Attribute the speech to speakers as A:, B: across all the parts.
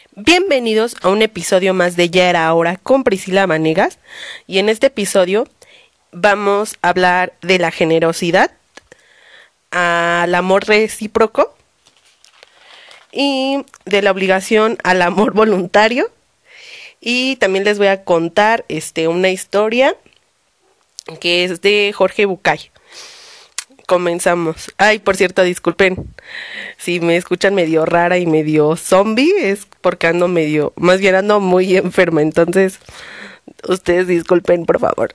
A: Bienvenidos a un episodio más de Ya era hora con Priscila Vanegas, y en este episodio vamos a hablar de la generosidad, al amor recíproco y de la obligación al amor voluntario, y también les voy a contar una historia que es de Jorge Bucay. Comenzamos. Ay, por cierto, disculpen si me escuchan medio rara y medio zombie, es porque más bien ando muy enferma, entonces ustedes disculpen, por favor.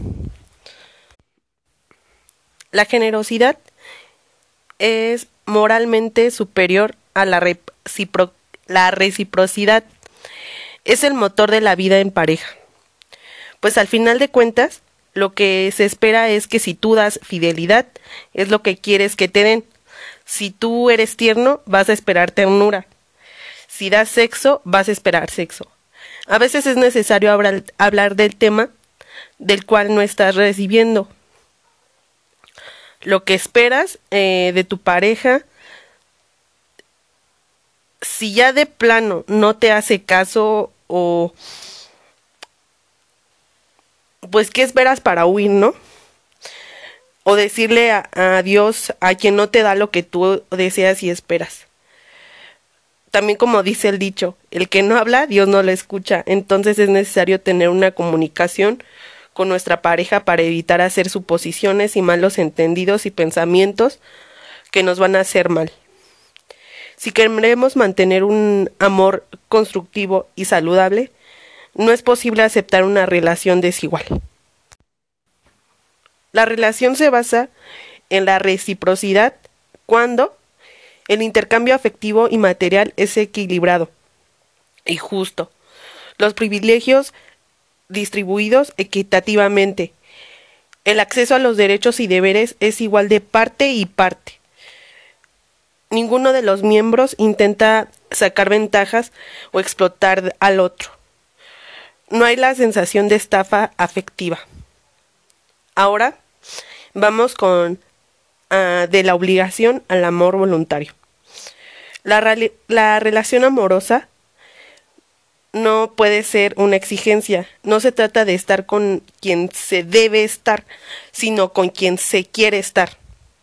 A: La generosidad es moralmente superior a la reciprocidad. Es el motor de la vida en pareja. Pues al final de cuentas, lo que se espera es que si tú das fidelidad, es lo que quieres que te den. Si tú eres tierno, vas a esperar ternura. Si das sexo, vas a esperar sexo. A veces es necesario hablar del tema del cual no estás recibiendo. Lo que esperas de tu pareja, si ya de plano no te hace caso o pues ¿qué esperas para huir, no? O decirle a Dios a quien no te da lo que tú deseas y esperas. También como dice el dicho, el que no habla, Dios no lo escucha. Entonces es necesario tener una comunicación con nuestra pareja para evitar hacer suposiciones y malos entendidos y pensamientos que nos van a hacer mal. Si queremos mantener un amor constructivo y saludable, no es posible aceptar una relación desigual. La relación se basa en la reciprocidad cuando el intercambio afectivo y material es equilibrado y justo. Los privilegios distribuidos equitativamente. El acceso a los derechos y deberes es igual de parte y parte. Ninguno de los miembros intenta sacar ventajas o explotar al otro. No hay la sensación de estafa afectiva. Ahora vamos con de la obligación al amor voluntario. La relación amorosa no puede ser una exigencia. No se trata de estar con quien se debe estar, sino con quien se quiere estar.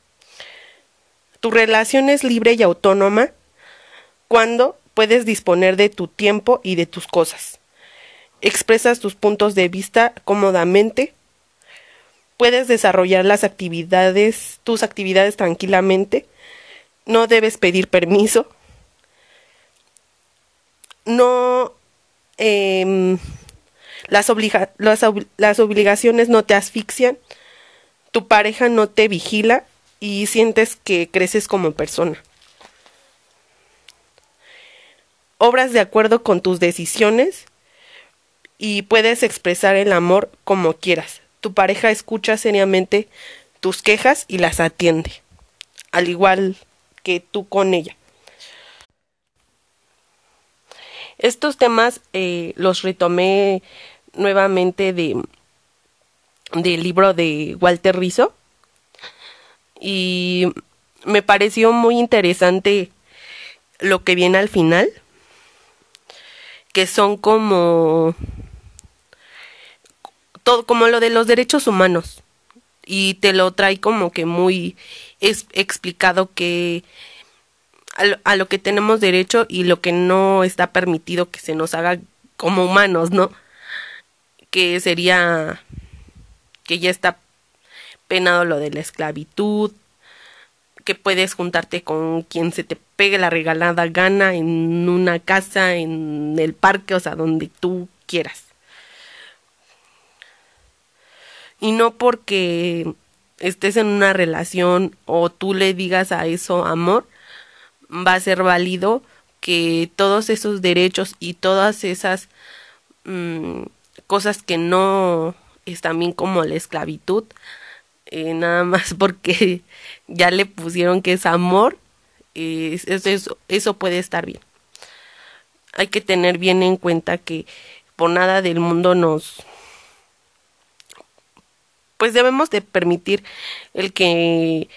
A: Tu relación es libre y autónoma cuando puedes disponer de tu tiempo y de tus cosas. Expresas tus puntos de vista cómodamente. Puedes desarrollar tus actividades tranquilamente. No debes pedir permiso. No, las obligaciones no te asfixian. Tu pareja no te vigila y sientes que creces como persona. Obras de acuerdo con tus decisiones y puedes expresar el amor como quieras. Tu pareja escucha seriamente tus quejas y las atiende, al igual que tú con ella. Estos temas los retomé nuevamente del libro de Walter Rizzo y me pareció muy interesante lo que viene al final, que son como todo, como lo de los derechos humanos, y te lo trae como que muy explicado que a lo que tenemos derecho y lo que no está permitido que se nos haga como humanos, ¿no? Que sería que ya está penado lo de la esclavitud, que puedes juntarte con quien se te pegue la regalada gana en una casa, en el parque, o sea, donde tú quieras. Y no porque estés en una relación o tú le digas a eso amor, va a ser válido que todos esos derechos y todas esas cosas que no están bien, como la esclavitud, nada más porque ya le pusieron que es amor, eso puede estar bien. Hay que tener bien en cuenta que por nada del mundo pues debemos de permitir el que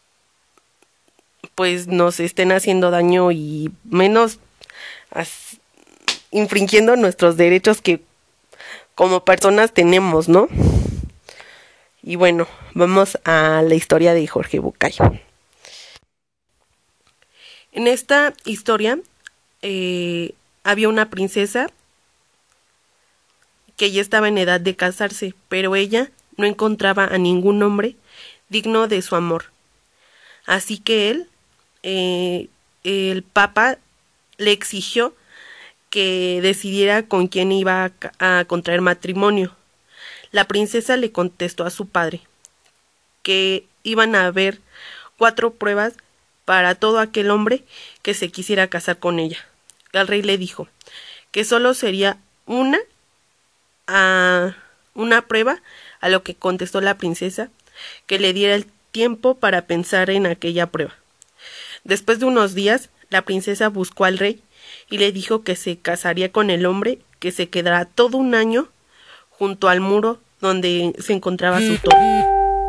A: pues nos estén haciendo daño, y menos infringiendo nuestros derechos que como personas tenemos, ¿no? Y bueno, vamos a la historia de Jorge Bucay. En esta historia había una princesa que ya estaba en edad de casarse, pero ella no encontraba a ningún hombre digno de su amor. Así que el Papa, le exigió que decidiera con quién iba a contraer matrimonio. La princesa le contestó a su padre que iban a haber 4 pruebas para todo aquel hombre que se quisiera casar con ella. El rey le dijo que solo sería una prueba, a lo que contestó la princesa que le diera el tiempo para pensar en aquella prueba. Después de unos días, la princesa buscó al rey y le dijo que se casaría con el hombre que se quedará todo un año junto al muro donde se encontraba su torre.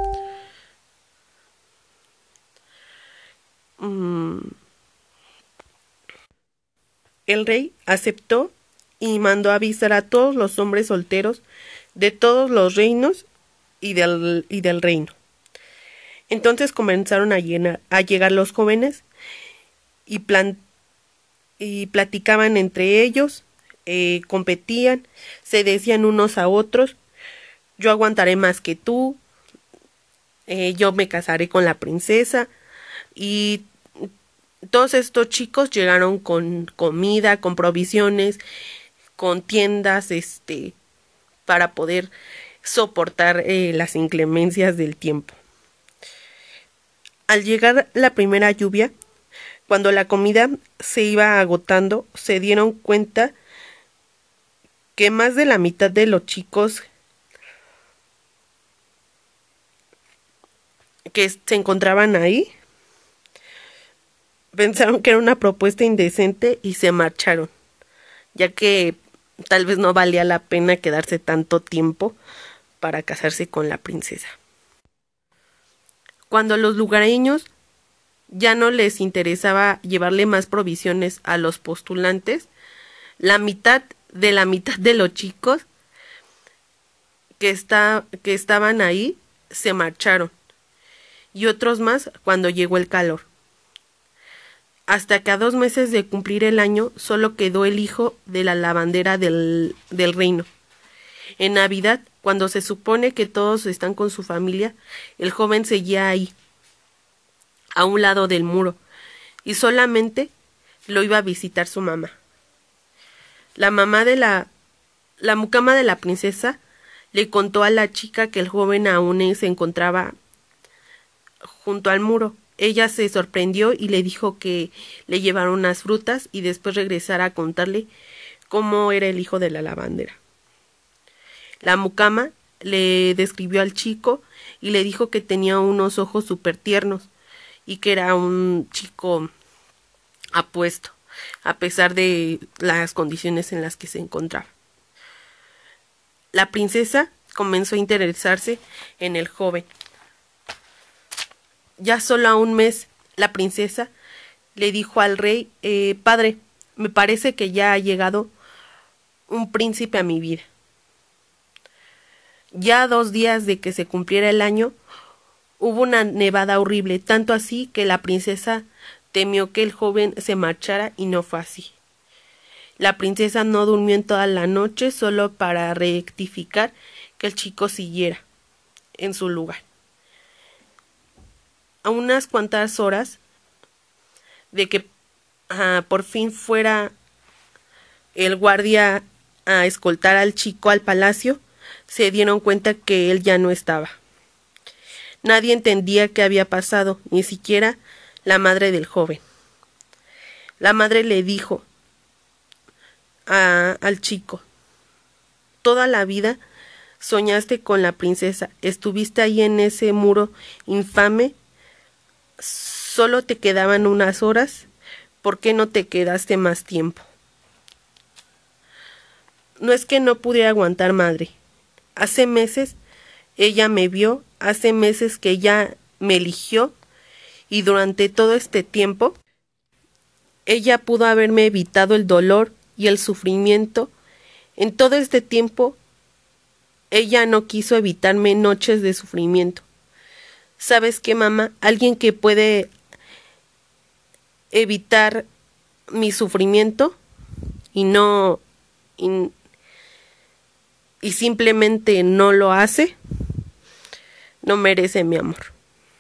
A: El rey aceptó y mandó avisar a todos los hombres solteros de todos los reinos y del reino. Entonces comenzaron a llegar los jóvenes y, y platicaban entre ellos, competían, se decían unos a otros: yo aguantaré más que tú, yo me casaré con la princesa. Y todos estos chicos llegaron con comida, con provisiones, con tiendas, para poder soportar las inclemencias del tiempo. Al llegar la primera lluvia, cuando la comida se iba agotando, se dieron cuenta que más de la mitad de los chicos que se encontraban ahí pensaron que era una propuesta indecente y se marcharon, ya que tal vez no valía la pena quedarse tanto tiempo para casarse con la princesa. Cuando los lugareños ya no les interesaba llevarle más provisiones a los postulantes, la mitad de los chicos que estaban ahí se marcharon, y otros más cuando llegó el calor. Hasta que a 2 meses de cumplir el año solo quedó el hijo de la lavandera del reino. En Navidad, cuando se supone que todos están con su familia, el joven seguía ahí, a un lado del muro, y solamente lo iba a visitar su mamá. La mucama de la princesa le contó a la chica que el joven aún se encontraba junto al muro. Ella se sorprendió y le dijo que le llevara unas frutas y después regresara a contarle cómo era el hijo de la lavandera. La mucama le describió al chico y le dijo que tenía unos ojos súper tiernos y que era un chico apuesto, a pesar de las condiciones en las que se encontraba. La princesa comenzó a interesarse en el joven. Ya solo a un mes, la princesa le dijo al rey: padre, me parece que ya ha llegado un príncipe a mi vida. Ya a 2 días de que se cumpliera el año, hubo una nevada horrible, tanto así que la princesa temió que el joven se marchara, y no fue así. La princesa no durmió en toda la noche solo para rectificar que el chico siguiera en su lugar. A unas cuantas horas de que por fin fuera el guardia a escoltar al chico al palacio, se dieron cuenta que él ya no estaba. Nadie entendía qué había pasado, ni siquiera la madre del joven. La madre le dijo al chico: toda la vida soñaste con la princesa, estuviste ahí en ese muro infame, solo te quedaban unas horas, ¿por qué no te quedaste más tiempo? No es que no pudiera aguantar, madre. Hace meses ella me vio, hace meses que ella me eligió, y durante todo este tiempo ella pudo haberme evitado el dolor y el sufrimiento, en todo este tiempo, ella no quiso evitarme noches de sufrimiento. ¿Sabes qué, mamá? Alguien que puede evitar mi sufrimiento y no y simplemente no lo hace, no merece mi amor.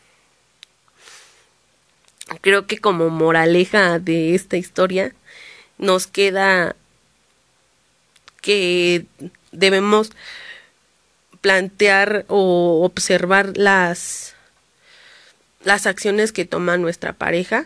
A: Creo que como moraleja de esta historia nos queda que debemos plantear o observar las acciones que toma nuestra pareja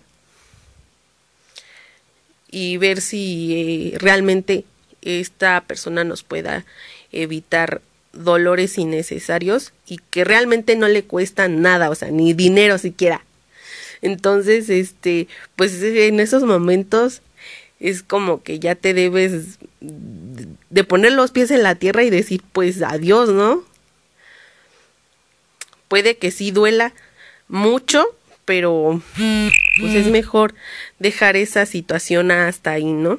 A: y ver si realmente esta persona nos pueda evitar dolores innecesarios y que realmente no le cuestan nada, o sea, ni dinero siquiera. Entonces, pues en esos momentos es como que ya te debes de poner los pies en la tierra y decir, pues adiós, ¿no? Puede que sí duela mucho, pero pues es mejor dejar esa situación hasta ahí, ¿no?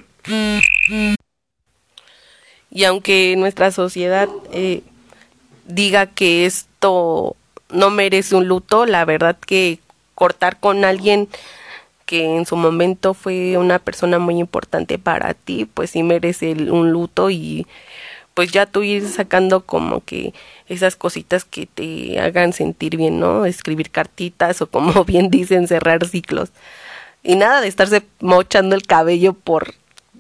A: Y aunque nuestra sociedad diga que esto no merece un luto, la verdad que cortar con alguien que en su momento fue una persona muy importante para ti, pues sí merece un luto y pues ya tú ir sacando como que esas cositas que te hagan sentir bien, ¿no? Escribir cartitas o como bien dicen, cerrar ciclos. Y nada de estarse mochando el cabello por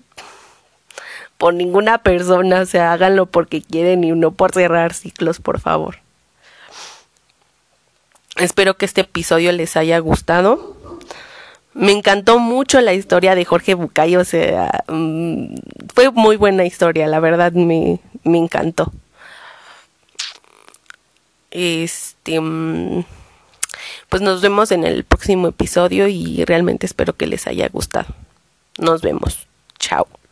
A: ninguna persona, o sea, háganlo porque quieren y no por cerrar ciclos, por favor. Espero que este episodio les haya gustado. Me encantó mucho la historia de Jorge Bucay, o sea, fue muy buena historia, la verdad me encantó. Pues nos vemos en el próximo episodio y realmente espero que les haya gustado. Nos vemos. Chao.